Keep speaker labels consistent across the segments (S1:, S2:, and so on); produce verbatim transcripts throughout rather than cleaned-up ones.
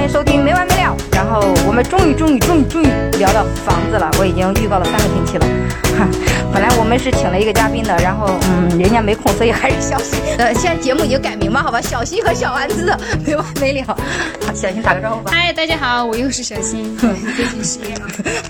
S1: 迎收听没完没了。然后我们终于终于终于终于聊到房子了，我已经预告了三个星期了。本来我们是请了一个嘉宾的，然后嗯，人家没空，所以还是小新。呃，现在节目已经改名了，好吧？小新和小丸子的没完没了。好，小新打个招呼吧。
S2: 嗨，大家好，我又是小新，最近失业了。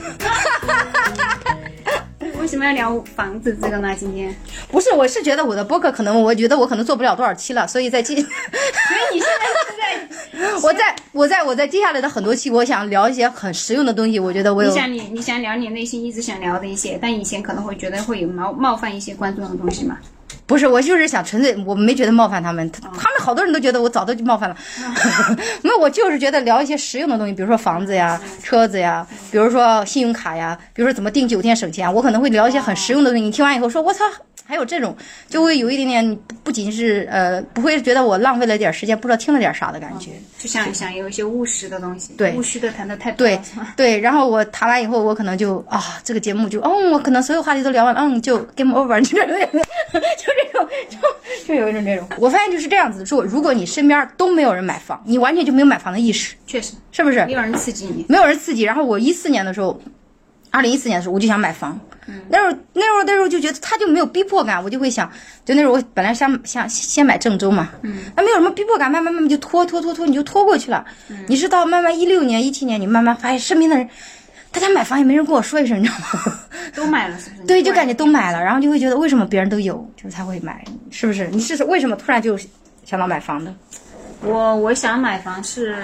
S2: 为什么要聊房子这个呢？今天
S1: 不是，我是觉得我的播客可能，我觉得我可能做不了多少期了，所以在接，所
S2: 以你现在是在，
S1: 我在我在我在接下来的很多期，我想聊一些很实用的东西。我觉得我有，
S2: 你想你你想聊你内心一直想聊的一些，但以前可能会觉得会有冒冒犯一些观众的东西嘛。
S1: 不是，我就是想纯粹，我没觉得冒犯他们，他们好多人都觉得我早都冒犯了。没有，我就是觉得聊一些实用的东西，比如说房子呀、车子呀，比如说信用卡呀，比如说怎么订酒店省钱，我可能会聊一些很实用的东西。你听完以后说，我操，还有这种，就会有一点点，不仅是呃，不会觉得我浪费了点时间，不知道听了点啥的感觉。
S2: 就想想有一些务实的东西，
S1: 对，
S2: 务实的谈的太多了。
S1: 对对，然后我谈完以后，我可能就啊，这个节目就，嗯，我可能所有话题都聊完了，嗯，就 game over，就这种，就这种，就就有一种这种。我发现就是这样子，说如果你身边都没有人买房，你完全就没有买房的意识，
S2: 确实，
S1: 是不是？
S2: 没有人刺激你，
S1: 没有人刺激。然后我一四年的时候，二零一四年的时候，我就想买房。嗯、那时候那时候那时候就觉得他就没有逼迫感，我就会想，就那时候我本来想想先买郑州嘛，嗯，那没有什么逼迫感，慢慢慢慢就拖拖拖拖，你就拖过去了。嗯、你是到慢慢一六年、一七年，你慢慢发现身边的人，大家买房也没人跟我说一声，你知道吗？
S2: 都买了是不是？
S1: 对，就感觉都买了，然后就会觉得为什么别人都有，就是才会买，是不是？你是为什么突然就想到买房的？
S2: 我我想买房是，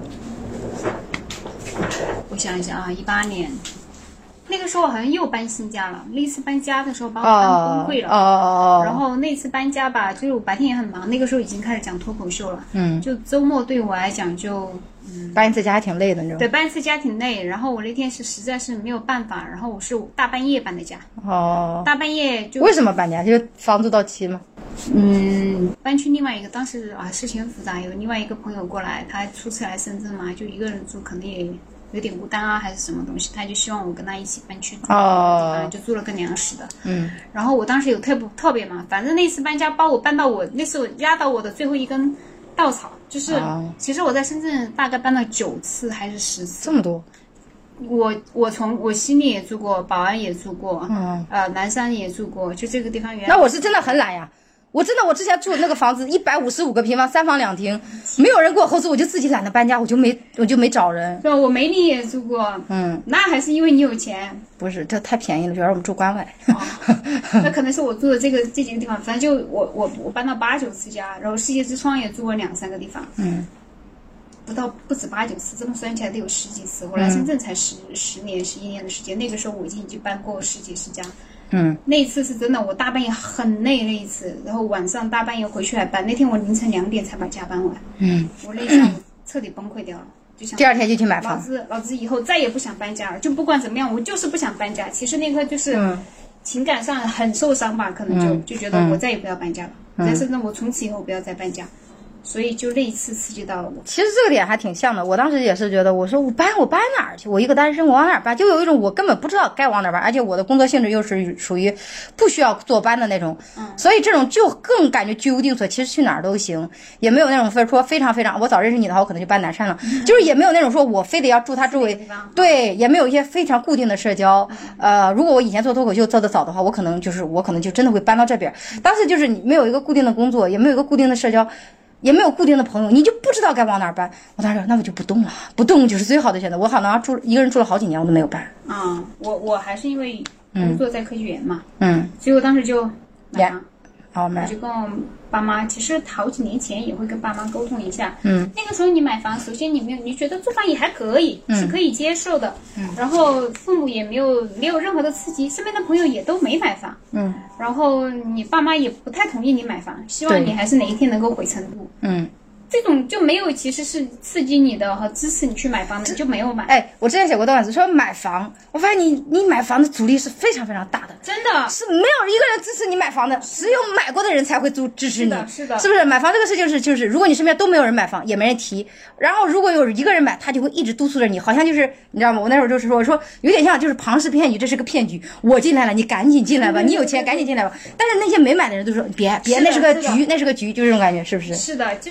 S2: 我想一下啊，一八年。那个时候好像又搬新家了，那次搬家的时候把我搬崩溃了。
S1: 哦哦哦。
S2: 然后那次搬家吧，就是我白天也很忙，那个时候已经开始讲脱口秀了。
S1: 嗯。
S2: 就周末对我来讲就，嗯。
S1: 搬一次家还挺累的，你知道吗？
S2: 对，搬一次家挺累。然后我那天是实在是没有办法，然后我是大半夜搬的家。
S1: 哦。
S2: 大半夜就。
S1: 为什么搬家？就是房租到期吗？
S2: 嗯，搬去另外一个，当时啊事情很复杂，有另外一个朋友过来，他初次来深圳嘛，就一个人住，可能也。有点孤单啊，还是什么东西，他就希望我跟他一起搬去住，
S1: 哦，
S2: 就租了个两室的。
S1: 嗯，
S2: 然后我当时有特别特别嘛，反正那次搬家把我搬到我那是我压倒我的最后一根稻草，就是、哦、其实我在深圳大概搬了九次还是十次，
S1: 这么多。
S2: 我我从我悉尼也住过，宝安也住过，
S1: 嗯，
S2: 呃，南山也住过，就这个地方原来。
S1: 那我是真的很懒呀。我真的，我之前住的那个房子一百五十五个平方，三房两厅，没有人给我合租，我就自己懒得搬家，我就没我就没找人。
S2: 对，我梅里也住过，
S1: 嗯，
S2: 那还是因为你有钱。
S1: 不是，这太便宜了，主要是我们住关外。
S2: 哦、那可能是我住的这个这几个地方，反正就我我我搬到八九次家，然后世界之窗也住过两三个地方，
S1: 嗯，
S2: 不到不止八九次，这么算起来得有十几次。我来深圳才十、嗯、十年十一年的时间，那个时候我已经已经搬过十几十家。
S1: 嗯，
S2: 那一次是真的，我大半夜很累那一次，然后晚上大半夜回去来搬。那天我凌晨两点才把家搬完。
S1: 嗯，
S2: 我那一下午彻底崩溃掉了，就想
S1: 第二天就去买房。
S2: 老子老子以后再也不想搬家了，就不管怎么样，我就是不想搬家。其实那刻就是情感上很受伤吧，可能就、嗯、就觉得我再也不要搬家了。嗯、但是呢，我从此以后不要再搬家。所以就那一次刺激到了我。
S1: 其实这个点还挺像的，我当时也是觉得，我说我搬我搬哪儿去？我一个单身，我往哪儿搬？就有一种我根本不知道该往哪儿搬，而且我的工作性质又是属于不需要坐班的那种，嗯，所以这种就更感觉居无定所。其实去哪儿都行，也没有那种非说非常非常，我早认识你的话，我可能就搬南山了，嗯、就是也没有那种说我非得要住他周围，对，也没有一些非常固定的社交。呃，如果我以前做脱口秀做得早的话，我可能就是我可能就真的会搬到这边。当时就是你没有一个固定的工作，也没有一个固定的社交。也没有固定的朋友，你就不知道该往哪儿搬。我当时那我就不动了，不动就是最好的选择。我好像住一个人住了好几年，我都没有搬。
S2: 啊、嗯，我我还是因为工作在科技园嘛，
S1: 嗯，
S2: 所以我当时就买房。
S1: 好买。
S2: 我就跟我爸妈，其实好几年前也会跟爸妈沟通一下。
S1: 嗯，
S2: 那个时候你买房，首先你没有，你觉得租房也还可以，嗯、是可以接受的。
S1: 嗯，
S2: 然后父母也没有没有任何的刺激，身边的朋友也都没买房。
S1: 嗯，
S2: 然后你爸妈也不太同意你买房，希望你还是哪一天能够回成都。
S1: 嗯。
S2: 这种就没有，其实是刺激你的和支持你去买房的，你就没有买。
S1: 哎，我之前写过段子说买房，我发现你你买房的阻力是非常非常大的，
S2: 真的
S1: 是没有一个人支持你买房的，只有买过的人才会支支持你。
S2: 是的，是的，
S1: 是不是？买房这个事情是就是，如果你身边都没有人买房，也没人提，然后如果有一个人买，他就会一直督促着你，好像就是你知道吗？我那时候就是说，我说有点像就是庞氏骗局，这是个骗局，我进来了，你赶紧进来吧，你有钱赶紧进来吧。但是那些没买的人都说别别，那是个局，那是个局，就这种感觉，是不是？
S2: 是的，就是我觉得。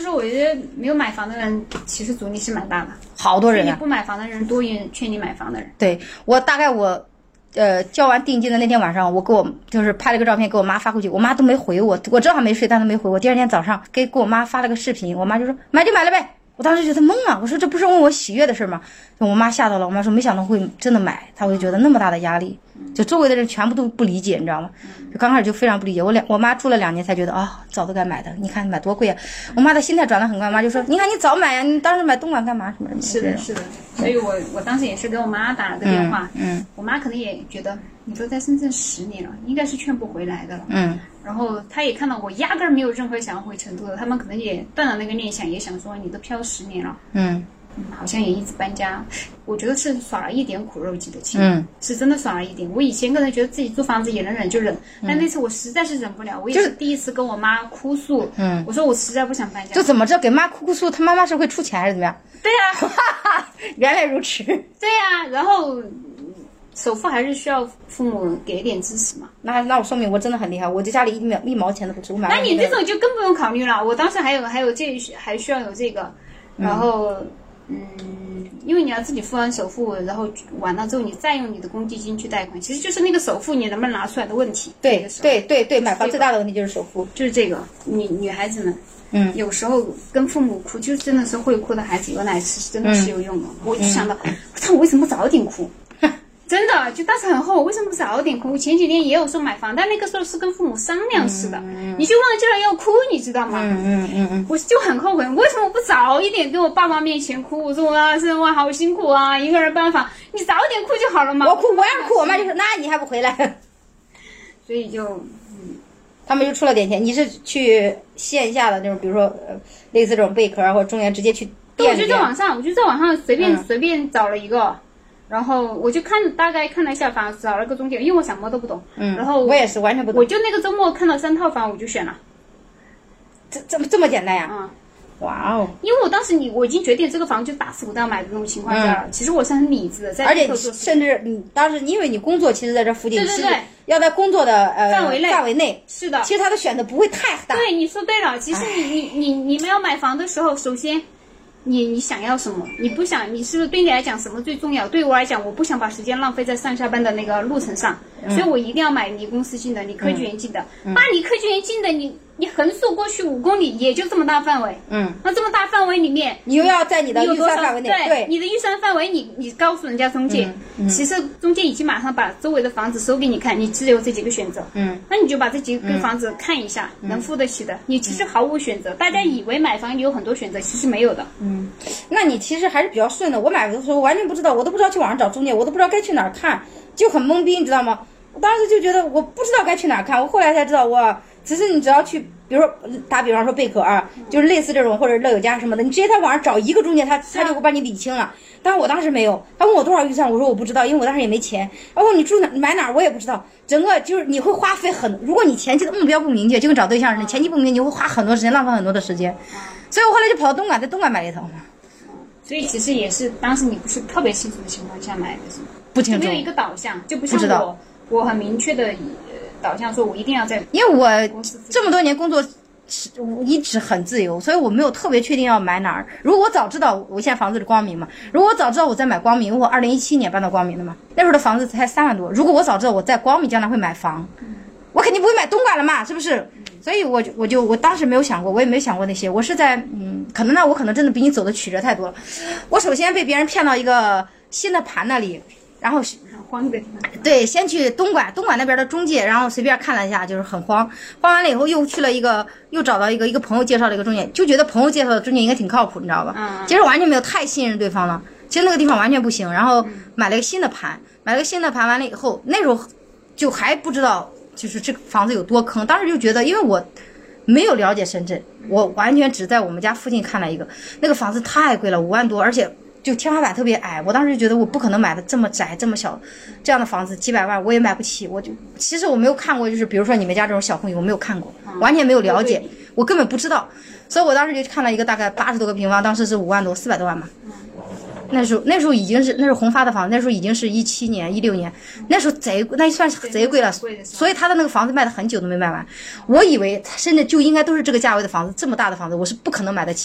S2: 得没有买房的人其实阻力是蛮大的，
S1: 好多人啊，
S2: 劝你不买房的人多于劝你买房的人。
S1: 对，我大概我。呃，交完定金的那天晚上，我给我就是拍了个照片给我妈发过去，我妈都没回我，我正好没睡，但她没回我。第二天早上给给我妈发了个视频，我妈就说买就买了呗。我当时觉得懵啊，我说这不是问我喜悦的事吗？我妈吓到了，我妈说没想到会真的买，她会觉得那么大的压力，就周围的人全部都不理解，你知道吗？就刚开始就非常不理解。我两我妈住了两年才觉得啊、哦，早都该买的，你看买多贵啊！我妈的心态转得很快，我妈就说你看你早买呀、啊，你当时买东莞干嘛什么的。
S2: 是的，是的。所以我我当时也是给我妈打了个电话，
S1: 嗯，嗯
S2: 我妈可能也觉得你都在深圳十年了，应该是劝不回来的了，
S1: 嗯。
S2: 然后他也看到我压根儿没有任何想要回成都的，他们可能也断了那个念想，也想说你都漂十年了，
S1: 嗯
S2: 嗯，好像也一直搬家，我觉得是耍了一点苦肉计的气，
S1: 嗯，
S2: 是真的耍了一点。我以前可能觉得自己租房子也能忍就忍，嗯、但那次我实在是忍不了，我也是第一次跟我妈哭诉，嗯，我说我实在不想搬家。
S1: 就怎么着给妈哭哭诉，她妈妈是会出钱还是怎么样？
S2: 对呀、
S1: 啊，原来如此。对
S2: 呀、啊，然后。首付还是需要父母给点支持嘛？
S1: 那那我说明我真的很厉害，我这家里一毛一毛钱都不出。
S2: 那你这种就更不用考虑了。我当时还有还有这还需要有这个，然后嗯，因为你要自己付完首付，然后完了之后你再用你的公积金去贷款，其实就是那个首付你能不能拿出来的问题。
S1: 对对对对，买房最大的问题就是首付，
S2: 就是这个。女女孩子们，
S1: 嗯，
S2: 有时候跟父母哭，就真的是会哭的孩子有奶吃，真的是有用的。嗯、我就想到，我操，我为什么早点哭？真的，就当时很后悔，为什么不早点哭？我前几年也有说买房，但那个时候是跟父母商量似的，嗯、你就忘记了要哭，你知道吗？
S1: 嗯嗯嗯嗯，
S2: 我就很后悔，为什么不早一点跟我爸妈面前哭？我说我啊，是我好辛苦啊，一个人搬房，你早点哭就好了嘛。
S1: 我哭，我要哭，我妈就说那你还不回来？
S2: 所以就，嗯，
S1: 他们就出了点钱。你是去线下的那种，比如说呃，类似这种贝壳或者中原，直接去店里？
S2: 对，我就在网上，我就在网上随便、嗯、随便找了一个。然后我就看大概看了一下房，找了个中介，因为我什么都不懂。嗯。然后
S1: 我也是完全不懂。
S2: 我就那个周末看到三套房，我就选了。
S1: 这这么这么简单呀？
S2: 嗯。
S1: 哇哦！
S2: 因为我当时你我已经决定这个房就打死我都要买的那种情况下了。嗯、其实我是很理智的，在
S1: 而且甚至你当时因为你工作其实在这附近，
S2: 对对对，
S1: 要在工作的呃
S2: 范围内
S1: 范围内。
S2: 是的。
S1: 其实他的选择不会太大。
S2: 对，你说对了。其实你你你你没有买房的时候，首先。你你想要什么？你不想，你是对你来讲什么最重要？对我来讲，我不想把时间浪费在上下班的那个路程上，嗯、所以我一定要买离公司近的、离科技园近的。那、嗯嗯、离科技园近的，你你横竖过去五公里，也就这么大范围。嗯。那这么大范围里面，
S1: 你又要在你的预算范围内，
S2: 对，对你的预算范围，你你告诉人家中介，嗯嗯、其实中介已经马上把周围的房子搜给你看，你只有这几个选择。嗯。那你就把这几个房子看一下，嗯、能付得起的，你其实毫无选择。大家以为买房有很多选择，其实没有的。
S1: 嗯。那你其实还是比较顺的。我买的时候完全不知道，我都不知道去网上找中介，我都不知道该去哪儿看，就很懵逼，你知道吗？我当时就觉得我不知道该去哪儿看，我后来才知道，我只是你只要去，比如说打比方说贝壳啊，就是类似这种或者乐友家什么的，你直接在网上找一个中介，他他就会帮你理清了。但是我当时没有，他问我多少预算，我说我不知道，因为我当时也没钱。然后你住哪买哪儿我也不知道，整个就是你会花费很，如果你前期的目标不明确，就跟找对象似的，前期不明确，你会花很多时间，浪费很多的时间。所以我后来就跑到东莞，在东莞买了一套。
S2: 所以其实也是当时你不是特别清楚的情况下买的，是吗？
S1: 不清楚，
S2: 没有一个导向，就不像我，我很明确的导向，说我一定要在。
S1: 因为我这么多年工作，我一直很自由，所以我没有特别确定要买哪儿。如果我早知道，我现在房子是光明嘛，如果我早知道我在买光明，我二零一七年搬到光明的嘛，那时候的房子才三万多。如果我早知道我在光明将来会买房，我肯定不会买东莞了嘛，是不是？所以我就我就我当时没有想过，我也没想过那些。我是在嗯，可能呢，我可能真的比你走的曲折太多了。我首先被别人骗到一个新的盘那里，然后
S2: 慌的。
S1: 对，先去东莞，东莞那边的中介，然后随便看了一下，就是很慌。慌完了以后，又去了一个，又找到一个一个朋友介绍的一个中介，就觉得朋友介绍的中介应该挺靠谱，你知道吧？嗯。其实完全没有太信任对方了，其实那个地方完全不行。然后买了一个新的盘，买了个新的盘，完了以后，那时候就还不知道。就是这个房子有多坑，当时就觉得，因为我没有了解深圳，我完全只在我们家附近看了一个，那个房子太贵了，五万多，而且就天花板特别矮，我当时就觉得我不可能买的这么窄这么小，这样的房子几百万我也买不起，我就其实我没有看过，就是比如说你们家这种小公寓我没有看过，完全没有了解，我根本不知道，所以我当时就看了一个大概八十多个平方，当时是五万多，四百多万嘛。那时候那时候已经是那是宏发的房子，那时候已经是一七年一六年，那时候贼那算是贼贵了，所以他的那个房子卖了很久都没卖完。我以为深圳就应该都是这个价位的房子，这么大的房子我是不可能买得起的。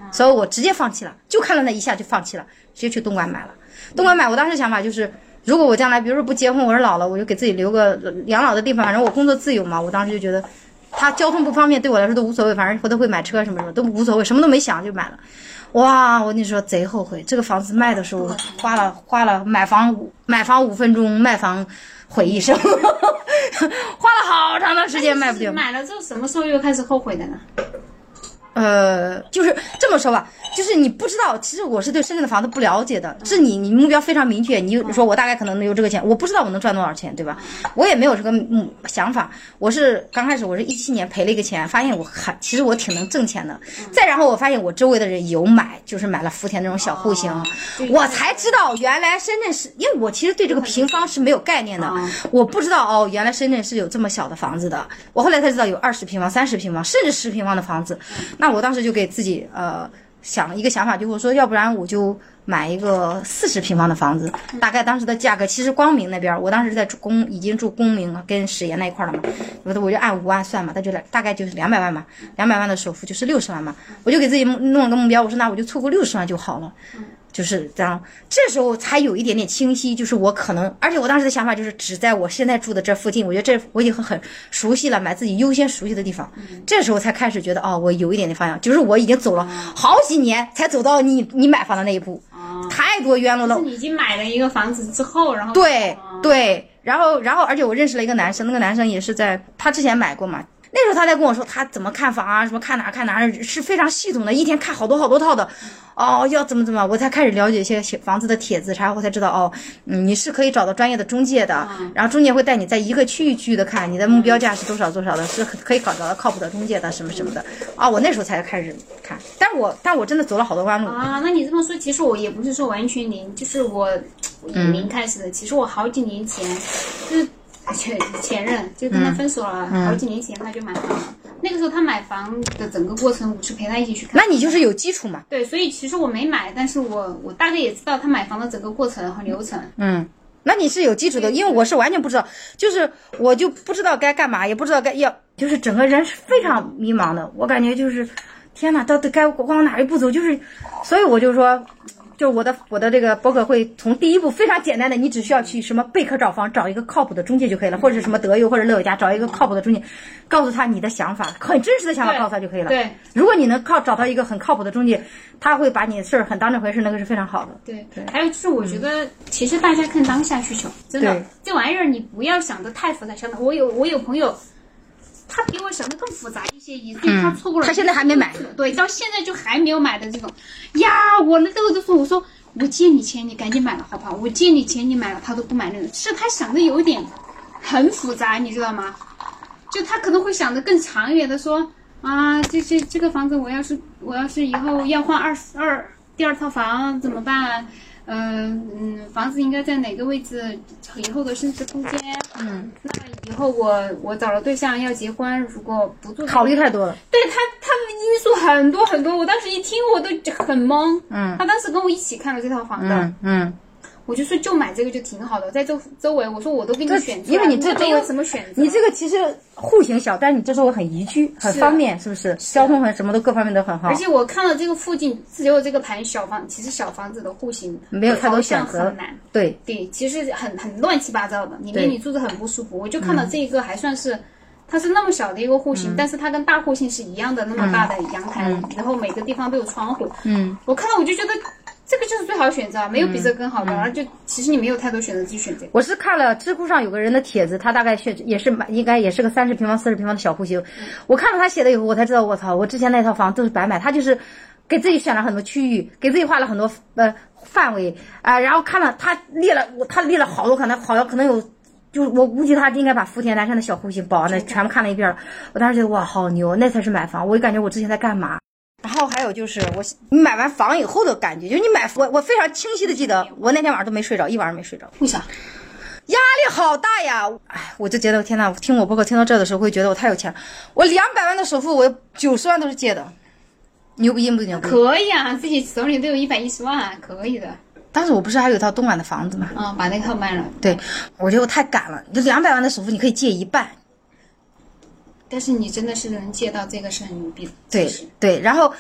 S1: 所以我直接放弃了，就看了那一下就放弃了，直接去东莞买了。东莞买，我当时想法就是，如果我将来比如说不结婚，我是老了，我就给自己留个养老的地方，反正我工作自由嘛，我当时就觉得，他交通不方便对我来说都无所谓，反正回头会买车什么什么都无所谓，什么都没想就买了。哇，我跟你说贼后悔，这个房子卖的时候花了花了买房买房五分钟，卖房毁一生，花了好长的时间卖不掉。
S2: 买了之后什么时候又开始后悔的呢？
S1: 呃，就是这么说吧，就是你不知道，其实我是对深圳的房子不了解的，是你你目标非常明确，你说我大概可能能有这个钱，我不知道我能赚多少钱，对吧？我也没有这个嗯想法，我是刚开始我是一七年赔了一个钱，发现我还其实我挺能挣钱的，再然后我发现我周围的人有买，就是买了福田那种小户型，我才知道原来深圳是因为我其实对这个平方是没有概念的，我不知道哦，原来深圳是有这么小的房子的，我后来才知道有二十平方、三十平方，甚至十平方的房子。那我当时就给自己呃想了一个想法，就是说，要不然我就买一个四十平方的房子，大概当时的价格，其实光明那边，我当时在住公已经住公明跟史岩那一块了嘛，我我就按五万算嘛，那就大概就是两百万嘛，两百万的首付就是六十万嘛，我就给自己弄了个目标，我说那我就凑够六十万就好了。就是这样，这时候才有一点点清晰，就是我可能，而且我当时的想法就是只在我现在住的这附近，我觉得这我已经很很熟悉了，买自己优先熟悉的地方，嗯、这时候才开始觉得哦，我有一点点方向，就是我已经走了好几年才走到你你买房的那一步，哦、太多冤路了。
S2: 是你已经买了一个房子之后，然后
S1: 对、哦、对，然后然后而且我认识了一个男生，那个男生也是在他之前买过嘛。那时候他在跟我说他怎么看房啊，什么看哪看哪，是非常系统的，一天看好多好多套的。哦，要怎么怎么，我才开始了解一些房子的帖子，然后我才知道哦，嗯，你是可以找到专业的中介的，然后中介会带你在一个区域区域的看，你的目标价是多少多少的，是可以搞找到靠谱的中介的什么什么的。啊，我那时候才开始看，但我但我真的走了好多弯路
S2: 啊。那你这么说，其实我也不是说完全零，就是我以零开始的，嗯、其实我好几年前就是。前前任就跟他分手了，嗯、好几年前他就买房了。嗯、那个时候他买房的整个过程，我是陪他一起去看。
S1: 那你就是有基础嘛？
S2: 对，所以其实我没买，但是我我大概也知道他买房的整个过程和流程。
S1: 嗯，那你是有基础的，因为我是完全不知道，就是我就不知道该干嘛，也不知道该要，就是整个人是非常迷茫的。我感觉就是，天哪，到底该往哪一步走？就是，所以我就说。就是我的我的这个博客会从第一步非常简单的，你只需要去什么贝壳找房，找一个靠谱的中介就可以了，或者是什么德优或者乐友家找一个靠谱的中介，告诉他你的想法，很真实的想法告诉他就可以了。
S2: 对，
S1: 如果你能靠找到一个很靠谱的中介，他会把你的事儿很当这回事，那个是非常好的。
S2: 对对。还有就是我觉得，嗯、其实大家看当下需求，真的这玩意儿你不要想得太复杂。想的我有我有朋友。他比我想的更复杂一些，以至于他错过了、
S1: 嗯。他现在还没买，
S2: 对，到现在就还没有买的这种。呀，我那个就说，我说我借你钱，你赶紧买了好不好？我借你钱，你买了，他都不买那种。是他想的有一点很复杂，你知道吗？就他可能会想的更长远的说啊，这这这个房子我要是我要是以后要换二二第二套房怎么办？嗯嗯，房子应该在哪个位置？以后的升值空间。嗯，那以后我我找了对象要结婚，如果不做，
S1: 考虑太多了。
S2: 对他，他的因素很多很多。我当时一听我都很懵。嗯，他当时跟我一起看了这套房的。嗯嗯。我就说就买这个就挺好的，在周周围我说我都给你选出来，
S1: 因为你这
S2: 没有什么选择。
S1: 你这个其实户型小，但是你这周围很宜居，很方便，是不是？交通很什么都各方面都很好。
S2: 而且我看了这个附近只有这个盘小房，其实小房子的户型
S1: 没有太多选择，
S2: 很难。
S1: 对
S2: 对，其实很很乱七八糟的，里面你住着很不舒服。我就看到这一个还算是。它是那么小的一个户型，嗯、但是它跟大户型是一样的，那么大的阳台，嗯、然后每个地方都有窗户。嗯，我看到我就觉得这个就是最好的选择，没有比这个更好的。而、嗯、就其实你没有太多选择，自己选择。
S1: 我是看了知乎上有个人的帖子，他大概选也是买，应该也是个三十平方、四十平方的小户型。嗯、我看了他写的以后，我才知道，我操，我之前那套房都是白买。他就是给自己选了很多区域，给自己画了很多呃范围啊、呃，然后看了他列了，我他列了好多，可能好像可能有。就我估计他应该把福田南山的小户型保安的全部看了一遍了，我当时觉得哇好牛，那才是买房，我就感觉我之前在干嘛。然后还有就是我你买完房以后的感觉，就是你买我我非常清晰的记得，我那天晚上都没睡着，一晚上没睡着。
S2: 为啥？
S1: 压力好大呀！哎，我就觉得天呐，听我播客听到这的时候会觉得我太有钱了。我两百万的首付，我九十万都是借的，牛不牛不牛？
S2: 可以啊，自己手里都有一百一十万，可以的。
S1: 当时我不是还有一套东莞的房子吗？
S2: 嗯，把那套卖了。
S1: 对，我觉得我太赶了。就两百万的首付，你可以借一半。
S2: 但是你真的是能借到这个是很牛逼的。
S1: 对对，然后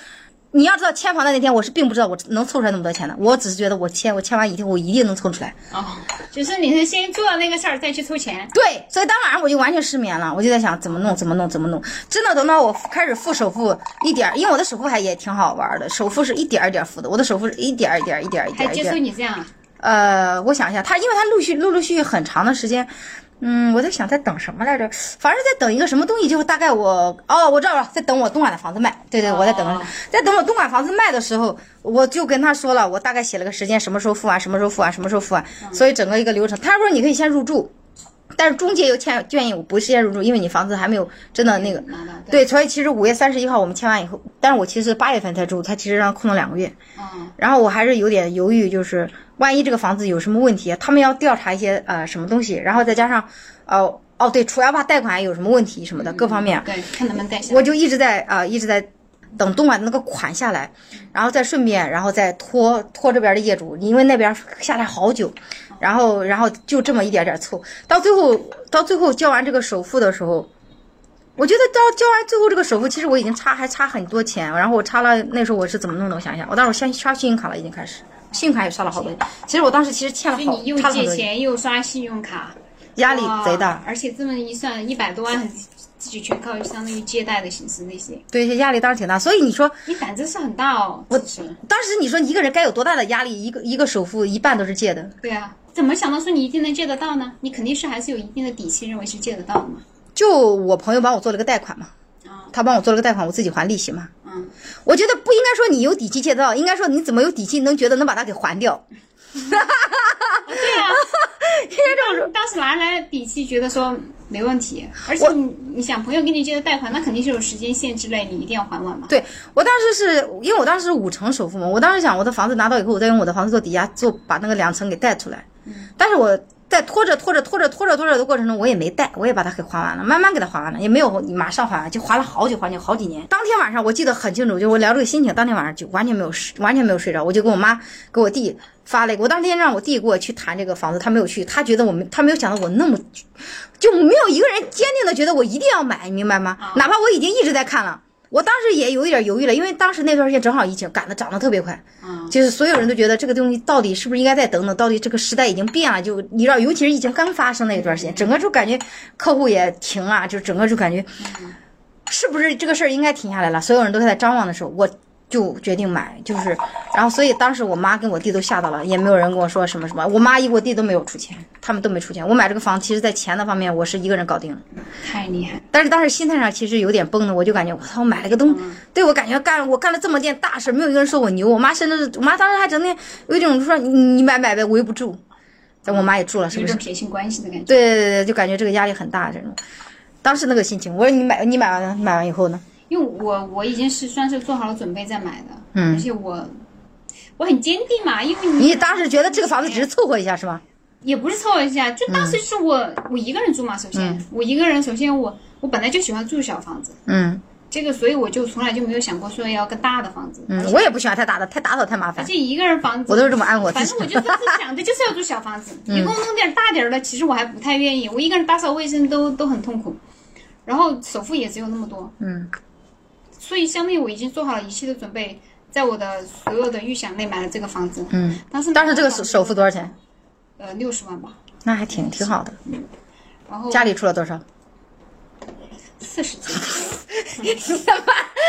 S1: 你要知道签房的那天，我是并不知道我能凑出来那么多钱的，我只是觉得我签我签完以后我一定能凑出来。
S2: 哦，就是你是先做了那个事儿再去凑钱。
S1: 对，所以当晚上我就完全失眠了，我就在想怎么弄怎么弄怎么弄。真的等到我开始付首付一点，因为我的首付还也挺好玩的，首付是一点一点付的，我的首付是一点一点一点一点一点。
S2: 还接受你这样啊？
S1: 呃，我想一下，他因为他陆续陆陆续续很长的时间。嗯，我在想在等什么来着？反正在等一个什么东西，就是大概我哦，我知道了，在等我东莞的房子卖。对对，我在等着，在等我东莞房子卖的时候，我就跟他说了，我大概写了个时间，什么时候付完，什么时候付完，什么时候付完。所以整个一个流程，他说你可以先入住，但是中介又建建议我不先入住，因为你房子还没有真的那个。对，所以其实五月三十一号我们签完以后，但是我其实八月份才住，他其实让空了两个月。
S2: 嗯。
S1: 然后我还是有点犹豫，就是万一这个房子有什么问题，他们要调查一些呃什么东西，然后再加上。哦哦，对，除押吧贷款有什么问题什么的，各方面，
S2: 对，看能不能贷下来。
S1: 我就一直在啊、呃，一直在等东莞的那个款下来，然后再顺便，然后再拖拖这边的业主，因为那边下来好久，然后然后就这么一点点凑，到最后到最后交完这个首付的时候，我觉得到交完最后这个首付，其实我已经差还差很多钱，然后我差了那时候我是怎么弄的？我想想，我当时我先刷信用卡了，已经开始，信用卡也刷了好多，其实我当时其实欠了好，
S2: 所以你又借钱又刷信用卡。
S1: 压力贼大，
S2: 而且这么一算，一百多万自己全靠相当于借贷的形式那些，
S1: 对，压力当然挺大。所以你说
S2: 你胆子是很大哦。
S1: 我当时你说一个人该有多大的压力？一个一个首付一半都是借的。
S2: 对啊，怎么想到说你一定能借得到呢？你肯定是还是有一定的底气，认为是借得到的嘛。
S1: 就我朋友帮我做了个贷款嘛，
S2: 啊，
S1: 他帮我做了个贷款，我自己还利息嘛。
S2: 嗯，
S1: 我觉得不应该说你有底气借得到，应该说你怎么有底气能觉得能把它给还掉。
S2: 对啊，因为这种当时拿来底气，觉得说没问题，而且你你想朋友给你借的贷款，那肯定是有时间限制内，你一定要还完嘛。
S1: 对，我当时是因为我当时是五成首付嘛，我当时想我的房子拿到以后，我再用我的房子做抵押，做把那个两层给贷出来。嗯，但是我在拖着拖着拖着拖着拖着的过程中，我也没贷，我也把它给还完了，慢慢给它还完了，也没有马上还完，就还了好久好久好几年。当天晚上我记得很清楚，就我聊这个心情，当天晚上就完全没有完全没有睡着，我就跟我妈给我弟发了一个，我当天让我弟给我去谈这个房子，他没有去，他觉得我们他没有想到我那么就没有一个人坚定的觉得我一定要买，你明白吗？哪怕我已经一直在看了。我当时也有一点犹豫了，因为当时那段时间正好疫情赶的涨得特别快，嗯，就是所有人都觉得这个东西到底是不是应该再等等，到底这个时代已经变了，就你知道，尤其是疫情刚发生那一段时间，整个就感觉客户也停了，就整个就感觉是不是这个事儿应该停下来了，所有人都在张望的时候，我就决定买，就是，然后所以当时我妈跟我弟都吓到了，也没有人跟我说什么什么，我妈一我弟都没有出钱，他们都没出钱。我买这个房，其实在钱的方面我是一个人搞定了，
S2: 太厉害。
S1: 但是当时心态上其实有点崩的，我就感觉我操，我买了个东，嗯、对我感觉干我干了这么件大事，没有一个人说我牛。我妈甚至是我妈当时还整天有一种说你你买买呗，我又不住，但我妈也住了，是不是？
S2: 有种撇清关系的感觉。
S1: 对对对对，就感觉这个压力很大这种。当时那个心情，我说你买你买完买完以后呢？
S2: 因为我我已经是算是做好了准备再买的，
S1: 嗯，
S2: 而且我我很坚定嘛，因为你
S1: 你当时觉得这个房子只是凑合一下是吗？
S2: 也不是凑合一下，就当时就是我、嗯、我一个人住嘛，首先、嗯、我一个人，首先我我本来就喜欢住小房子，
S1: 嗯，
S2: 这个所以我就从来就没有想过说要个大的房子，
S1: 嗯，我也不喜欢太大的，太打扫太麻烦，
S2: 而且一个人房子
S1: 我都是这么安我自己，
S2: 反正我就当时想的就是要住小房子，嗯、你给我弄点大点的，其实我还不太愿意，我一个人打扫卫生都都很痛苦，然后首付也只有那么多，
S1: 嗯。
S2: 所以相当于我已经做好了一切的准备，在我的所有的预想内买了这个房子。
S1: 嗯，
S2: 当时
S1: 当时这个首首付多少钱？
S2: 呃，六十万吧。
S1: 那还挺挺好的。
S2: 嗯。然后
S1: 家里出了多少？
S2: 四十几。
S1: 什么？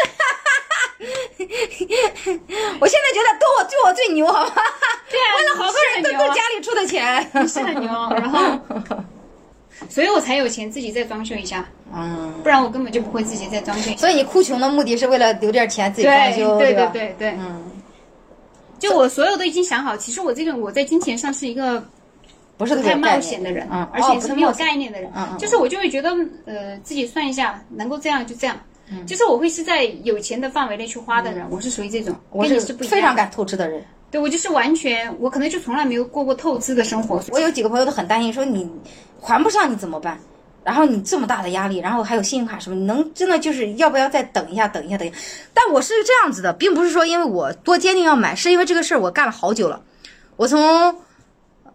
S1: 我现在觉得都我就我最牛，好吗？
S2: 对啊，
S1: 为了好多人都都家里出的钱，
S2: 你是很牛。然后。所以我才有钱自己再装修一下，嗯，不然我根本就不会自己再装修。
S1: 所以你哭穷的目的是为了留点钱自己装修，
S2: 对
S1: 对
S2: 对对对，嗯。就我所有都已经想好，其实我这个我在金钱上是一个
S1: 不是
S2: 太冒险的人，
S1: 嗯，
S2: 而且是没有概念的人，
S1: 嗯，
S2: 就是我就会觉得，呃，自己算一下，能够这样就这样，嗯，就是我会是在有钱的范围内去花的人，我是属于这种，
S1: 我是非常敢透支的人。
S2: 对，我就是完全，我可能就从来没有过过透支的生活。
S1: 我有几个朋友都很担心，说你还不上你怎么办？然后你这么大的压力，然后还有信用卡什么，你能真的就是要不要再等一下，等一下，等一下？但我是这样子的，并不是说因为我多坚定要买，是因为这个事儿我干了好久了。我从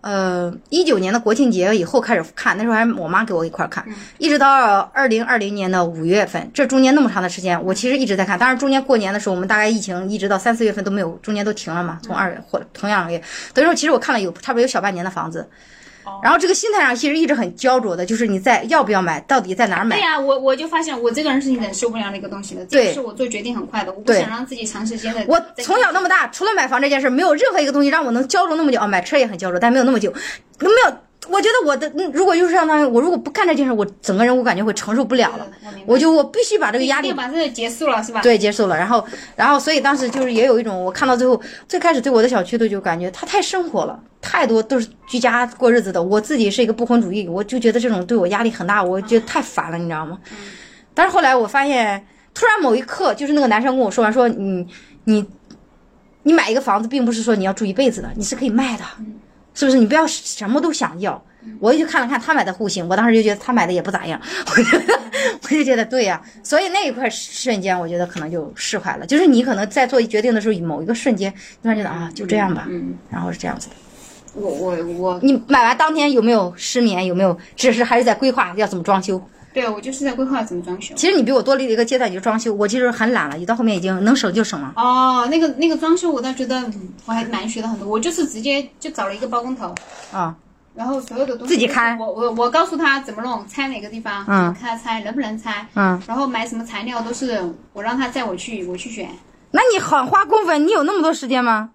S1: 呃一九年的国庆节以后开始看，那时候还是我妈给我一块看，嗯、一直到二零二零年的五月份，这中间那么长的时间，我其实一直在看。当然中间过年的时候，我们大概疫情一直到三四月份都没有，中间都停了嘛，从二月或同样两个月，等于说其实我看了有差不多有小半年的房子。然后这个心态上其实一直很焦灼的，就是你在要不要买，到底在哪儿买？
S2: 对呀、啊，我我就发现我这个人是忍受不了那个东西的，这是我做决定很快的，我不想让自己长时间的。
S1: 我从小那么大，除了买房这件事，没有任何一个东西让我能焦灼那么久。哦，买车也很焦灼，但没有那么久，没有。我觉得我的如果就是相当于我如果不干这件事，我整个人我感觉会承受不了了。我, 我就我必须把这个压力
S2: 把这个结束了是吧？
S1: 对，结束了。然后然后所以当时就是也有一种我看到最后，最开始对我的小区的就感觉他太生活了，太多都是居家过日子的。我自己是一个不婚主义，我就觉得这种对我压力很大，我觉得太烦了，你知道吗？嗯、但是后来我发现，突然某一刻，就是那个男生跟我说完说，你你你买一个房子，并不是说你要住一辈子的，你是可以卖的。嗯，是不是？你不要什么都想要。我就看了看他买的户型，我当时就觉得他买的也不咋样，我觉得我就觉得对呀、啊，所以那一块瞬间，我觉得可能就释怀了。就是你可能在做决定的时候，某一个瞬间，突然觉得啊，就这样吧，嗯，然后是这样子的。
S2: 我我我，
S1: 你买完当天有没有失眠？有没有？只是还是在规划要怎么装修？
S2: 对，我就是在规划怎么装修。
S1: 其实你比我多了一个阶段，就是装修。我其实很懒了，一到后面已经能省就省了。
S2: 哦，那个那个装修，我倒觉得、嗯、我还蛮学的很多。我就是直接就找了一个包工头
S1: 啊。
S2: 然后所有的东西
S1: 自己看，
S2: 我我我告诉他怎么弄，拆哪个地方，嗯，看他拆能不能拆，嗯，然后买什么材料都是我让他载我去，我去选。
S1: 那你很花功夫，你有那么多时间吗？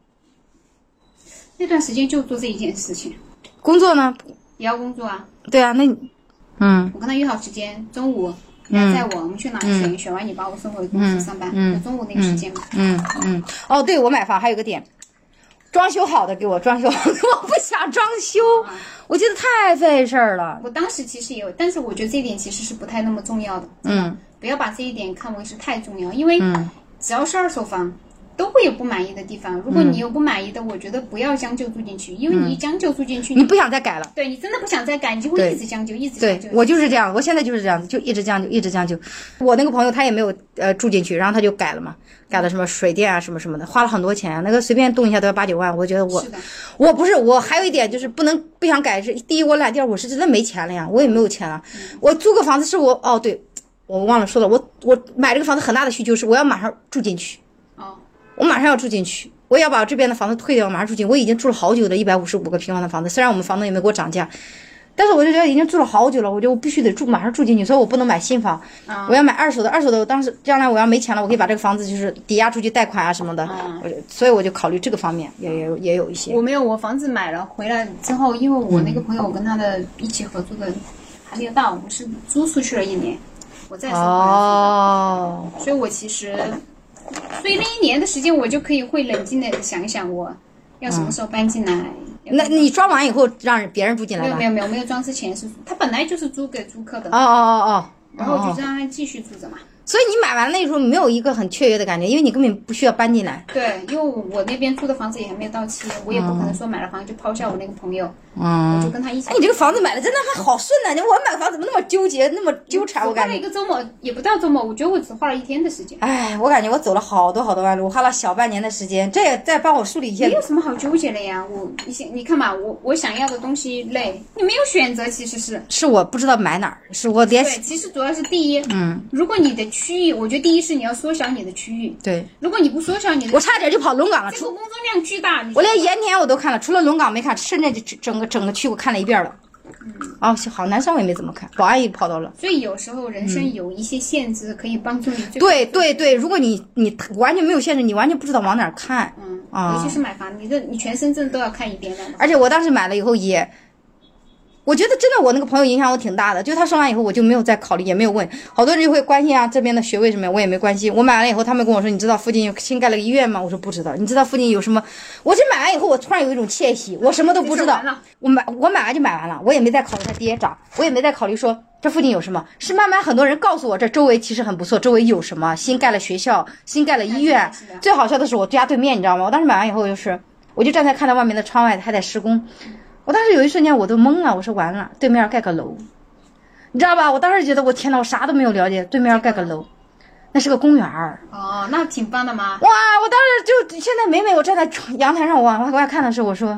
S2: 那段时间就做这一件事情。
S1: 工作呢？
S2: 也要工作啊。
S1: 对啊，那你，嗯，
S2: 我跟他约好时间，中午来载我，我们去哪里选，选完你把我送回公司上班，嗯，中午那个时间嘛。
S1: 嗯嗯。哦，对，我买房还有个点。装修好的给我装修，我不想装修，我觉得太费事儿了。
S2: 我当时其实也有，但是我觉得这一点其实是不太那么重要的。嗯，不要把这一点看为是太重要，因为只要是二手房，都会有不满意的地方。如果你有不满意的，我觉得不要将就住进去，因为你一将就住进去，
S1: 你不想再改了。
S2: 对，你真的不想再改，你就会一直将就，一直将就。
S1: 对，我就是这样，我现在就是这样子，就一直将就，一直将就。我那个朋友他也没有呃住进去，然后他就改了嘛。改了什么水电啊什么什么的，花了很多钱啊，那个随便动一下都要八九万。我觉得我我不是我还有一点就是不能不想改，是第一我懒，第二我是真的没钱了呀，我也没有钱了。嗯、我租个房子是我哦对，我忘了说了，我我买这个房子很大的需求是我要马上住进去。哦，我马上要住进去，我也要把这边的房子退掉，马上住进。我已经住了好久的一百五十五个平方的房子，虽然我们房东也没给我涨价。但是我就觉得已经住了好久了，我就必须得住，马上住进去，所以我不能买新房，嗯、我要买二手的。二手的，我当时将来我要没钱了，我可以把这个房子就是抵押出去贷款啊什么的，嗯、我所以我就考虑这个方面，也也有也有一些。
S2: 我没有，我房子买了回来之后，因为我那个朋友，我跟他的一起合租的还没有到，我是租出去了一年，我再收回来哦，所以我其实，所以那一年的时间，我就可以会冷静的想一想我。要什么时候搬进来？
S1: 嗯、那你装完以后让别人住进来吧？
S2: 没有没有没有没有装之前是他本来就是租给租客的。
S1: 哦哦哦哦。
S2: 然后就让他继续住着嘛。
S1: 所以你买完那时候没有一个很雀跃的感觉，因为你根本不需要搬进来。
S2: 对，因为我那边租的房子也还没有到期，我也不可能说买了房就抛下我那个朋友。嗯。我就跟他一起。哎，
S1: 你这个房子买的真的还好顺呢、啊！我买个房怎么那么纠结，那么纠缠？我感觉。
S2: 花了一个周末，也不到周末，我觉得我只花了一天的时间。
S1: 哎，我感觉我走了好多好多弯路，我花了小半年的时间，这也在帮我梳理一些。
S2: 没有什么好纠结的呀，我你想你看嘛，我我想要的东西类，你没有选择，其实是。
S1: 是我不知道买哪儿，是我连。
S2: 对，其实主要是第一，嗯，如果你的区域，我觉得第一是你要缩小你的区域。
S1: 对。
S2: 如果你不缩小你的，
S1: 我差点就跑龙岗了。
S2: 这个工作量巨大。
S1: 我连盐田我都看了，除了龙岗没看，深圳整个整个区我看了一遍了。嗯。哦，好，南山我也没怎么看，宝安也跑到了。
S2: 所以有时候人生有一些限制可以帮助你。
S1: 对对对，如果你你完全没有限制，你完全不知道往哪儿看。
S2: 嗯。啊。尤其是买房，你这你全深圳都要看一遍的。
S1: 而且我当时买了以后也。我觉得真的，我那个朋友影响我挺大的。就他说完以后，我就没有再考虑，也没有问。好多人就会关心啊，这边的学位什么，我也没关心。我买完了以后，他们跟我说：“你知道附近有新盖了个医院吗？”我说：“不知道。”你知道附近有什么？我这买完以后，我突然有一种窃喜，我什么都不知道。我买我买完就买完了，我也没再考虑它跌涨，我也没再考虑说这附近有什么。是慢慢很多人告诉我，这周围其实很不错，周围有什么新盖了学校，新盖了医院。最好笑的是我家对面，你知道吗？我当时买完以后，就是我就站在看到外面的窗外还在施工。我当时有一瞬间我都懵了，我说完了，对面要盖个楼，你知道吧？我当时觉得我天哪，我啥都没有了解，对面要盖个楼，那是个公园儿。
S2: 哦，那挺棒的嘛。
S1: 哇！我当时就现在每每我站在阳台上，我往外看的时候，我说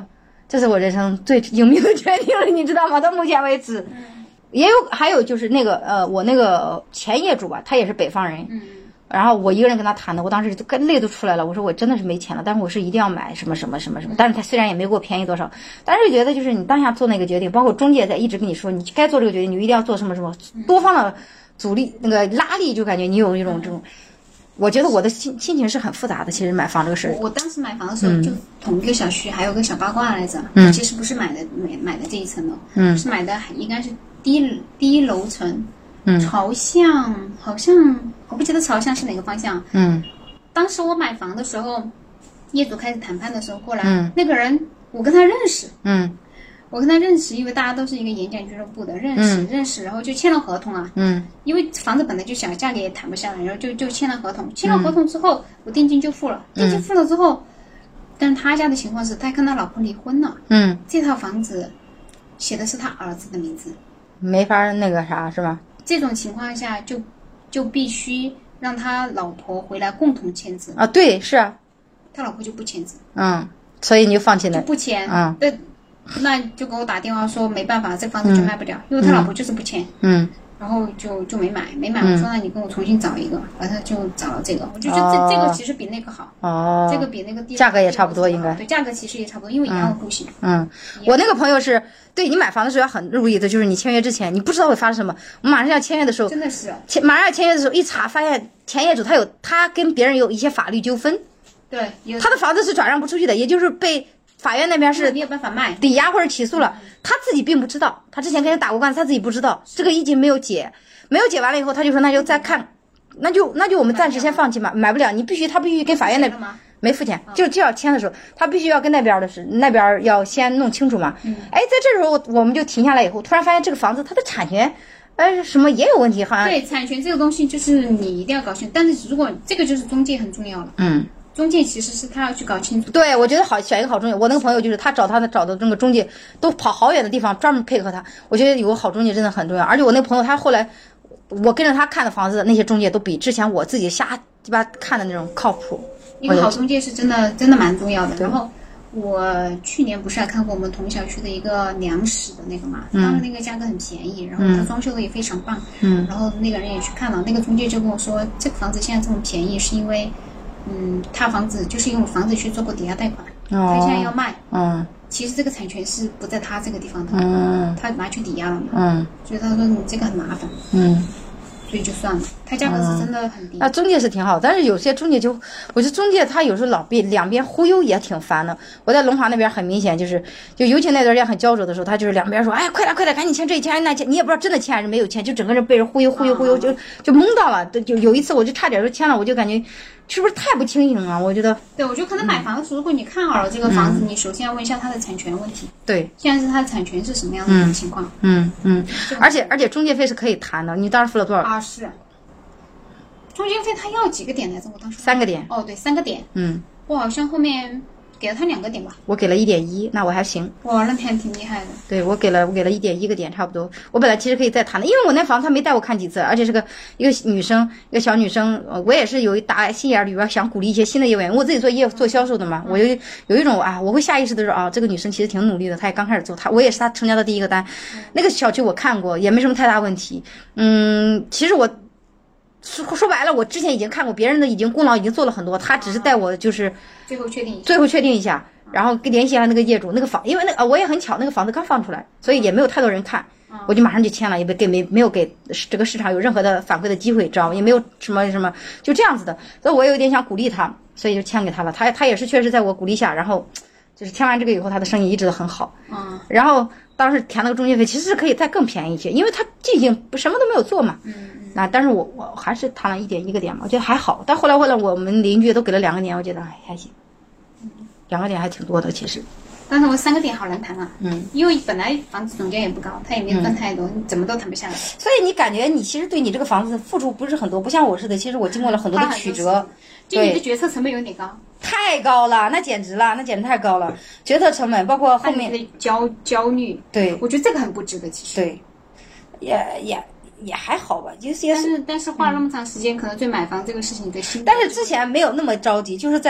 S1: 这是我人生最英明的决定了，你知道吗？到目前为止，也有还有就是那个呃，我那个前业主吧，他也是北方人，
S2: 嗯，
S1: 然后我一个人跟他谈的，我当时就跟泪都出来了。我说我真的是没钱了，但是我是一定要买什么什么什么什么。但是他虽然也没给我便宜多少，但是觉得就是你当下做那个决定，包括中介在一直跟你说你该做这个决定，你一定要做什么什么，多方的阻力那个拉力，就感觉你有一种这种。我觉得我的心心情是很复杂的。其实买房这个事，
S2: 我当时买房的时候就同一个小区，还有个小八卦来着。
S1: 嗯，
S2: 其实不是买的买买的这一层楼，
S1: 嗯，
S2: 是买的应该是第一第一楼层，
S1: 嗯，
S2: 朝向好像我不记得朝向是哪个方向。
S1: 嗯，
S2: 当时我买房的时候，业主开始谈判的时候过来，
S1: 嗯，
S2: 那个人我跟他认识，
S1: 嗯。
S2: 我跟他认识，因为大家都是一个演讲俱乐部的，认识、嗯、认识，然后就签了合同啊。
S1: 嗯。因
S2: 为房子本来就小，价格也谈不下来，然后就就签了合同。签了合同之后，嗯、我定金就付了。定金付了之后，嗯、但他家的情况是，他跟他老婆离婚了。嗯。这套房子写的是他儿子的名字，
S1: 没法那个啥是吧？
S2: 这种情况下就就必须让他老婆回来共同签字。
S1: 啊，对，是啊。
S2: 他老婆就不签字。
S1: 嗯。所以你就放弃了。
S2: 就不签。
S1: 嗯。
S2: 对。那就给我打电话说没办法，这房子就卖不了，嗯、因为他老婆就是不签，
S1: 嗯，
S2: 然后就就没买，没买。我说那你跟我重新找一个，完他就找了这个，我就觉得这、哦、这个其实比那个好，
S1: 哦，
S2: 这个比那个地
S1: 价格也差不多，应该
S2: 对，价格其实也差不多，因为一样户型。
S1: 嗯，我那个朋友是对你买房的时候要很注意的，就是你签约之前，你不知道会发生什么。我马上要签约的时候，
S2: 真的是
S1: 签马上要签约的时候一查，发现前业主他有他跟别人有一些法律纠纷，
S2: 对，
S1: 他的房子是转让不出去的，也就是被。法院那边是
S2: 没有办法卖
S1: 抵押或者起诉了，他自己并不知道，他之前跟人打过官司，他自己不知道这个一直没有解，没有解完了以后，他就说那就再看，那就那就我们暂时先放弃嘛，买不了，你必须他必须跟法院那没付钱，就就要签的时候，他必须要跟那边的是那边要先弄清楚嘛。嗯，哎，在这时候我们就停下来以后，突然发现这个房子它的产权，呃，什么也有问题，好像
S2: 对产权这个东西就是你一定要搞清楚，但是如果这个就是中介很重要了，
S1: 嗯。
S2: 中介其实是他要去搞清楚。
S1: 对，我觉得好选一个好中介。我那个朋友就是他找他的找的那个中介，都跑好远的地方专门配合他。我觉得有个好中介真的很重要。而且我那个朋友他后来，我跟着他看的房子，那些中介都比之前我自己瞎鸡巴看的那种靠谱。
S2: 一个好中介是真的真的蛮重要的。然后我去年不是还看过我们同小区的一个两室的那个嘛，当时那个价格很便宜，然后他装修的也非常棒。嗯。然后那个人也去看了，那个中介就跟我说，这个房子现在这么便宜是因为。嗯，他房子就是用房子去做过抵押贷款，哦、他现在要卖，嗯，其实这个产权是不在他这个地方的，嗯，他拿去抵押了嘛，嗯，所以他说你这个很麻烦，嗯，所以就算了，他价格是真的很低。
S1: 那、嗯啊、中介是挺好，但是有些中介就，我觉得中介他有时候老边两边忽悠也挺烦的。我在龙华那边很明显就是，就尤其那段时间很焦灼的时候，他就是两边说，哎，快点快点，赶紧签这一签那签，你也不知道真的签还是没有签，就整个人被人忽悠忽悠忽悠，就就懵到了。就有一次我就差点就签了，我就感觉。是不是太不轻盈了？我觉得，
S2: 对，我觉得可能买房的时候，如果你看好了这个房子，嗯、你首先要问一下它的产权问题。
S1: 对，
S2: 现在是它的产权是什么样的一个情况？
S1: 嗯嗯，嗯而且而且中介费是可以谈的，你当时付了多少？
S2: 啊，是。中介费他要几个点来着？我当时
S1: 三个点。
S2: 哦，对，三个点。嗯，我好像后面。给了他两个点吧，
S1: 我给了一点一，那我还行。
S2: 哇，那还挺厉害的。
S1: 对，我给了我给了一点一个点，差不多。我本来其实可以再谈的，因为我那房他没带我看几次，而且是个一个女生，一个小女生。我也是有一打心眼里边想鼓励一些新的业务员，我自己做业务做销售的嘛，我有有一种啊，我会下意识的说啊，这个女生其实挺努力的，她也刚开始做，她我也是她成交的第一个单。那个小区我看过，也没什么太大问题。嗯，其实我。说说白了，我之前已经看过别人的，已经功劳已经做了很多，他只是带我就是
S2: 最后确定
S1: 最后确定一下，然后联系一下那个业主，那个房，因为那个我也很巧，那个房子刚放出来，所以也没有太多人看，我就马上就签了，也没给没没有给这个市场有任何的反馈的机会，知道吗？也没有什么什么，就这样子的，所以我有点想鼓励他，所以就签给他了。他他也是确实在我鼓励下，然后就是签完这个以后，他的生意一直都很好。嗯，然后当时填那个中介费其实是可以再更便宜一些，因为他进行什么都没有做嘛。嗯。那但是我我还是谈了一点一个点嘛，我觉得还好。但后来后来我们邻居都给了两个点，我觉得哎还行，两个点还挺多的其实。
S2: 但是我三个点好难谈啊，嗯，因为本来房子总价也不高，他也没有赚太多，嗯、你怎么都谈不下来。
S1: 所以你感觉你其实对你这个房子付出不是很多，不像我似的，其实我经过了很多的曲折。
S2: 就你的决策成本有点高。
S1: 太高了，那简直了，那简直太高了，决策成本包括后面
S2: 的焦焦虑。
S1: 对，
S2: 我觉得这个很不值得，其实。
S1: 对，也也。也还好吧，就是
S2: 但是但是花了那么长时间，嗯、可能对买房这个事情的心。
S1: 但是之前没有那么着急，就是在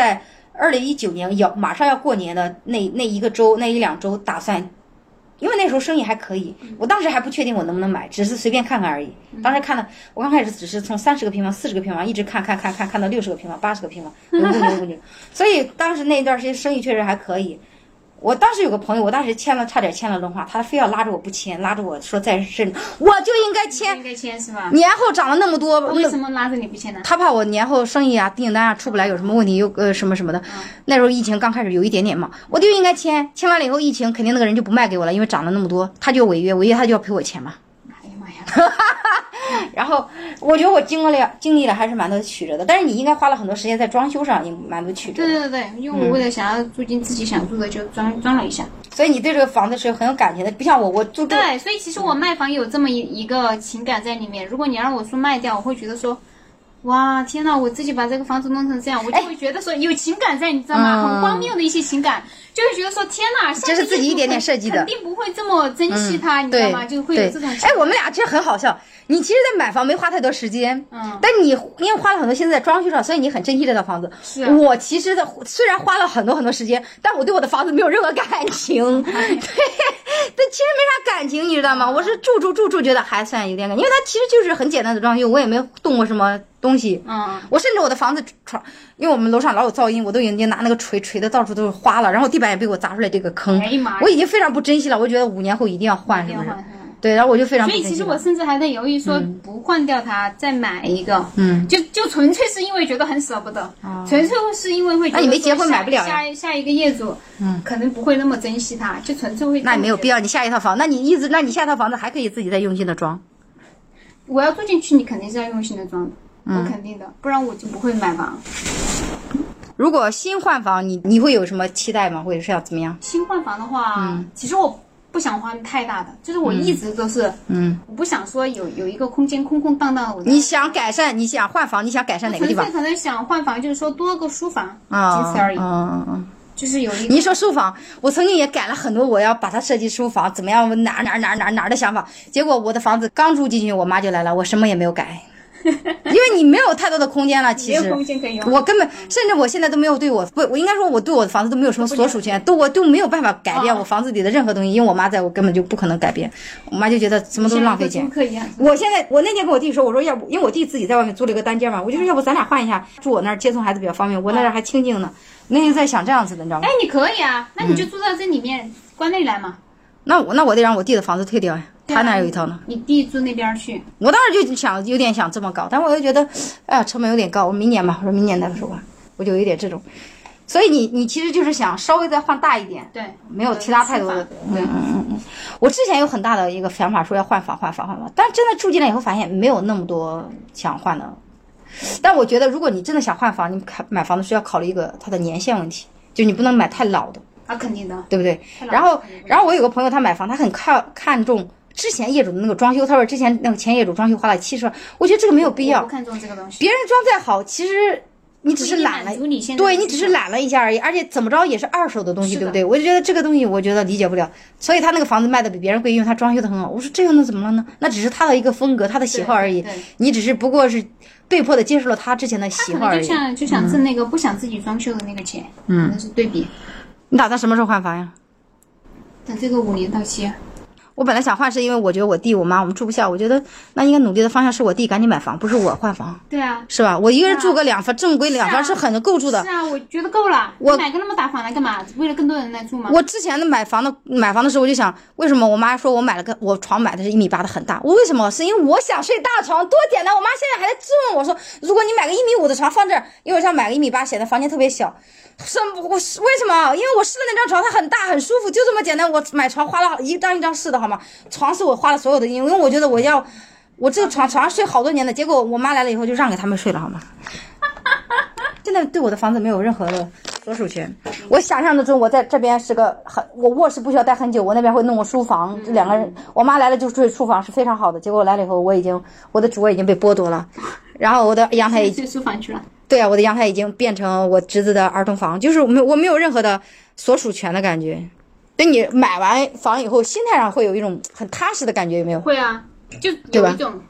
S1: 二零一九年要马上要过年的那那一个周那一两周打算。因为那时候生意还可以，我当时还不确定我能不能买，只是随便看看而已。当时看的，我刚开始只是从三十个平方、四十个平方一直看看看看看到六十个平方、八十个平方，牛不牛不牛？所以当时那一段时间生意确实还可以。我当时有个朋友，我当时签了，差点签了的话，他非要拉着我不签，拉着我说在深，我就应该签，
S2: 应该签是吧？
S1: 年后涨了那么多，
S2: 为什么拉着你不签呢？
S1: 他怕我年后生意啊、订单啊出不来，有什么问题，有呃什么什么的。嗯、那时候疫情刚开始有一点点嘛，我就应该签，签完了以后疫情肯定那个人就不卖给我了，因为涨了那么多，他就违约，违约他就要赔我钱嘛。
S2: 哎呀妈呀！
S1: 然后我觉得我经历了经历了还是蛮多曲折的，但是你应该花了很多时间在装修上，也蛮多曲折的。
S2: 对对对，因为我为了想要住进自己想住的，就装、嗯、装了一下。
S1: 所以你对这个房子是很有感情的，不像我，我住这。
S2: 对，所以其实我卖房有这么一一个情感在里面。如果你让我说卖掉，我会觉得说，哇，天哪，我自己把这个房子弄成这样，我就会觉得说有情感在，你知道吗？很荒谬的一些情感，就会觉得说，天哪，
S1: 这是自己一点点设计的，
S2: 肯定不会这么珍惜它，
S1: 嗯、
S2: 你知道吗？就会有这种。
S1: 哎，我们俩其实很好笑。你其实，在买房没花太多时间，嗯，但你因为花了很多心思在装修上，所以你很珍惜这套房子。
S2: 是
S1: 我其实的虽然花了很多很多时间，但我对我的房子没有任何感情，对，对，其实没啥感情，你知道吗？我是住住住住，觉得还算有点感情，因为它其实就是很简单的装修，我也没有动过什么东西。
S2: 嗯，
S1: 我甚至我的房子床，因为我们楼上老有噪音，我都已经拿那个锤锤的到处都是花了，然后地板也被我砸出来这个坑，
S2: 哎呀妈呀，
S1: 我已经非常不珍惜了。我觉得五年后一定要换，是不是？对，然后我就非常不珍惜。
S2: 所以其实我甚至还在犹豫说不换掉它，嗯、再买一个。嗯，就就纯粹是因为觉得很舍不得，哦、纯粹是因为会觉得
S1: 那你没结婚买不了
S2: 下下一个业主，嗯，可能不会那么珍惜它，就纯粹会。
S1: 那你没有必要，你下一套房，那你一直，那你下一套房子还可以自己再用心的装。
S2: 我要住进去，你肯定是要用心的装的，嗯、我肯定的，不然我就不会买房。
S1: 如果新换房，你你会有什么期待吗？或者是要怎么样？
S2: 新换房的话，嗯、其实我。不想换太大的，就是我一直都是，嗯，我不想说有有一个空间空空荡荡的。
S1: 你想改善，你想换房，你想改善哪个地方？
S2: 纯粹可能想换房，就是说多个书房，仅此而已。
S1: 嗯嗯
S2: 就是有一个。
S1: 你说书房，我曾经也改了很多，我要把它设计书房怎么样，哪哪哪哪哪的想法。结果我的房子刚住进去，我妈就来了，我什么也没有改。因为你没有太多的空间了，其实
S2: 没有空间可以用。
S1: 我根本甚至我现在都没有对我不，我应该说我对我的房子都没有什么所属权，都我都没有办法改变我房子里的任何东西，因为我妈在，我根本就不可能改变。我妈就觉得什么都浪费钱。我现在我那天跟我弟说，我说要不，因为我弟自己在外面租了一个单间嘛，我就说要不咱俩换一下，住我那儿接送孩子比较方便，我那儿还清静呢。那天在想这样子的，你知道吗？
S2: 哎，你可以啊，那你就住在这里面，嗯、关内来嘛。
S1: 那我那我得让我弟的房子退掉呀。他哪有一套呢？
S2: 你弟住那边去。
S1: 我当时就想有点想这么搞，但我又觉得，哎呀，成本有点高。我明年吧，我说明年再说吧，我就有点这种。所以你你其实就是想稍微再换大一点，
S2: 对，
S1: 没有其他太多的。
S2: 对，
S1: 嗯嗯嗯。我之前有很大的一个想法，说要换房换房换房，但真的住进来以后发现没有那么多想换的。但我觉得，如果你真的想换房，你买房子是要考虑一个它的年限问题，就你不能买太老的。
S2: 啊，肯定的，
S1: 对不对？然后，然后我有个朋友，他买房，他很看看重之前业主的那个装修，他说之前那个前业主装修花了七十万，我觉得这个没有必要。
S2: 我不看重这个东西。
S1: 别人装再好，其实你只是懒了，
S2: 你
S1: 对你只是懒了一下而已，而且怎么着也是二手的东西，对不对？我就觉得这个东西，我觉得理解不了。所以他那个房子卖的比别人贵，因为他装修的很好。我说这样那怎么了呢？那只是他的一个风格，他的喜好而已。你只是不过是被迫的接受了他之前的喜好而已。
S2: 就想就想挣那个、嗯、不想自己装修的那个钱，嗯，那是对比。
S1: 你打算什么时候换房呀？
S2: 等这个五年到期。
S1: 我本来想换，是因为我觉得我弟我妈我们住不下，我觉得那应该努力的方向是我弟赶紧买房，不是我换房。
S2: 对啊，
S1: 是吧？我一个人住个两房，正规两房是很够住的。
S2: 是啊，我觉得够了。
S1: 我
S2: 买个那么大房来干嘛？为了更多人来住吗？
S1: 我之前的买房的买房的时候，我就想，为什么我妈说我买了个我床买的是一米八的很大？我为什么？是因为我想睡大床，多简单。我妈现在还在质问我说，如果你买个一米五的床放这儿，因为我想买个一米八，显得房间特别小。什么？我为什么？因为我试的那张床它很大很舒服，就这么简单。我买床花了一张一张试的好吗？床是我花了所有的，因为我觉得我要我这个床床上睡好多年的，结果我妈来了以后就让给他们睡了好吗？现在对我的房子没有任何的所属权。我想象的中，我在这边是个很，我卧室不需要待很久，我那边会弄个书房，这两个人，我妈来了就睡书房是非常好的。结果我来了以后，我已经我的主卧已经被剥夺了，然后我的阳台
S2: 睡书房去了。
S1: 对啊，我的阳台已经变成我侄子的儿童房，就是我没我没有任何的所属权的感觉。等你买完房以后，心态上会有一种很踏实的感觉，有没有？
S2: 会啊，就有一种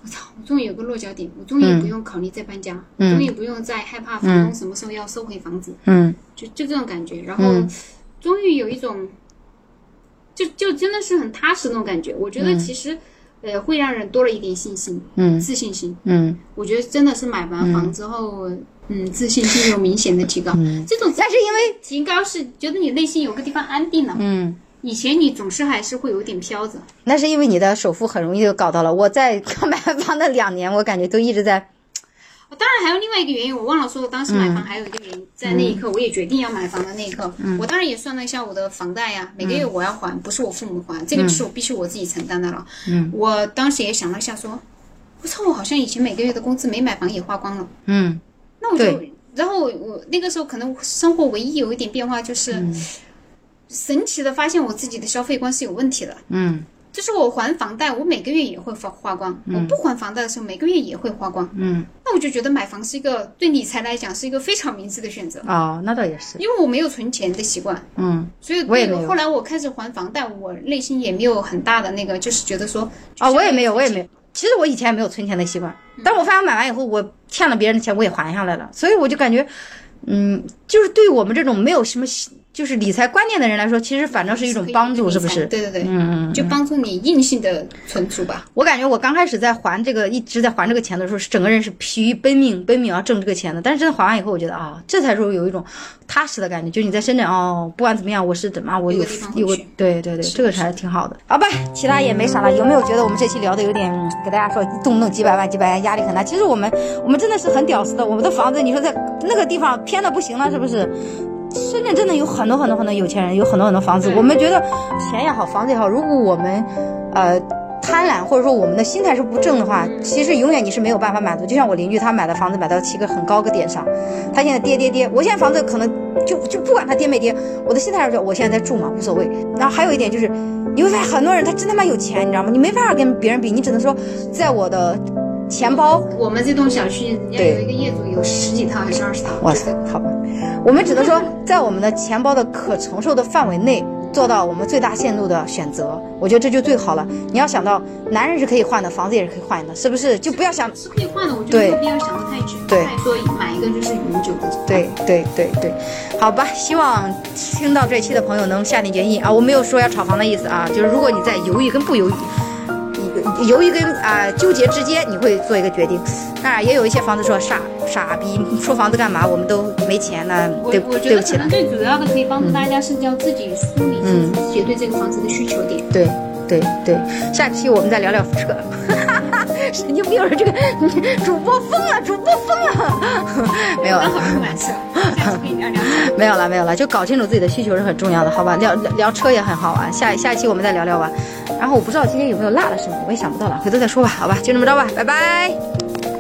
S2: 我操，我终于有个落脚点，我终于不用考虑再搬家，
S1: 嗯、
S2: 终于不用再害怕房东什么时候要收回房子，
S1: 嗯，
S2: 就就这种感觉，然后、嗯、终于有一种，就就真的是很踏实那种感觉。我觉得其实、嗯、呃会让人多了一点信心，
S1: 嗯，
S2: 自信心，
S1: 嗯，
S2: 我觉得真的是买完房之后，嗯，嗯自信心有明显的提高。
S1: 嗯，
S2: 这种
S1: 但是因为
S2: 提高是觉得你内心有个地方安定了，
S1: 嗯。
S2: 以前你总是还是会有点飘着，
S1: 那是因为你的首付很容易就搞到了。我在刚买完房的两年，我感觉都一直在。
S2: 当然还有另外一个原因，我忘了说，当时买房还有一个原因，嗯、在那一刻我也决定要买房的那一刻，嗯、我当然也算了一下我的房贷呀、啊，每个月我要还，不是我父母还，这个是我必须我自己承担的了。嗯，我当时也想了一下，说，我操，我好像以前每个月的工资没买房也花光了。
S1: 嗯，
S2: 那我就，然后我那个时候可能生活唯一有一点变化就是。嗯神奇的发现我自己的消费观是有问题的，
S1: 嗯，
S2: 就是我还房贷，我每个月也会花花光、嗯；我不还房贷的时候，每个月也会花光，
S1: 嗯。
S2: 那我就觉得买房是一个对理财来讲是一个非常明智的选择。
S1: 哦，那倒也是，
S2: 因为我没有存钱的习惯，
S1: 嗯，
S2: 所以
S1: 我也没有。
S2: 后来我开始还房贷，我内心也没有很大的那个，就是觉得说，
S1: 哦，我也没有，我也没有。其实我以前也没有存钱的习惯，但是我发现买完以后，我欠了别人的钱我也还下来了，所以我就感觉，嗯，就是对我们这种没有什么。就是理财观念的人来说，其实反正是一种帮助，是不是？
S2: 对对对，
S1: 嗯嗯，
S2: 就帮助你硬性的存储吧。
S1: 我感觉我刚开始在还这个，一直在还这个钱的时候，是整个人是疲于奔命，奔命要挣这个钱的。但是真的还完以后，我觉得啊，这才是有一种踏实的感觉。就是你在深圳哦，不管怎么样，我是怎么样，我有有个对对对，这个才是挺好的。好吧，其他也没啥了。有没有觉得我们这期聊的有点给大家说动不动几百万几百万压力很大？其实我们我们真的是很屌丝的，我们的房子你说在那个地方偏的不行了，是不是？深圳真的有很多很多很多有钱人，有很多很多房子。我们觉得钱也好，房子也好，如果我们呃贪婪或者说我们的心态是不正的话，其实永远你是没有办法满足。就像我邻居他买的房子买到一个很高个点上，他现在跌跌跌，我现在房子可能就就不管他跌没跌，我的心态是我现在在住嘛，无所谓。然后还有一点就是，你会发现很多人他真他妈有钱，你知道吗？你没办法跟别人比，你只能说在我的钱包。
S2: 我们这栋小区人家有一个业主有十几套还是二十套？
S1: 哇塞，好吧。我们只能说，在我们的钱包的可承受的范围内，做到我们最大限度的选择，我觉得这就最好了。你要想到，男人是可以换的，房子也是可以换的，是不是？就不要想
S2: 是可以换的，我觉得没有必要想得太久，太多买一个就是永久的。
S1: 对对对对，好吧，希望听到这期的朋友能下定决心啊！我没有说要炒房的意思啊，就是如果你在犹豫跟不犹豫。犹豫跟啊、呃、纠结之间，你会做一个决定。当然，也有一些房子说傻傻逼，说房子干嘛？我们都没钱呢，对
S2: 我觉得可能最主要的可以帮助大家是叫自己梳理清楚自己对这个房子的需求点。
S1: 嗯、对对对，下期我们再聊聊车。神经病人，这个主播疯了，主播疯了。没有了，
S2: 下期可以聊聊。
S1: 没有了，没有了，就搞清楚自己的需求是很重要的，好吧？聊聊车也很好玩，下下一期我们再聊聊吧。然后我不知道今天有没有落了什么，我也想不到了，回头再说吧，好吧？就这么着吧，拜拜。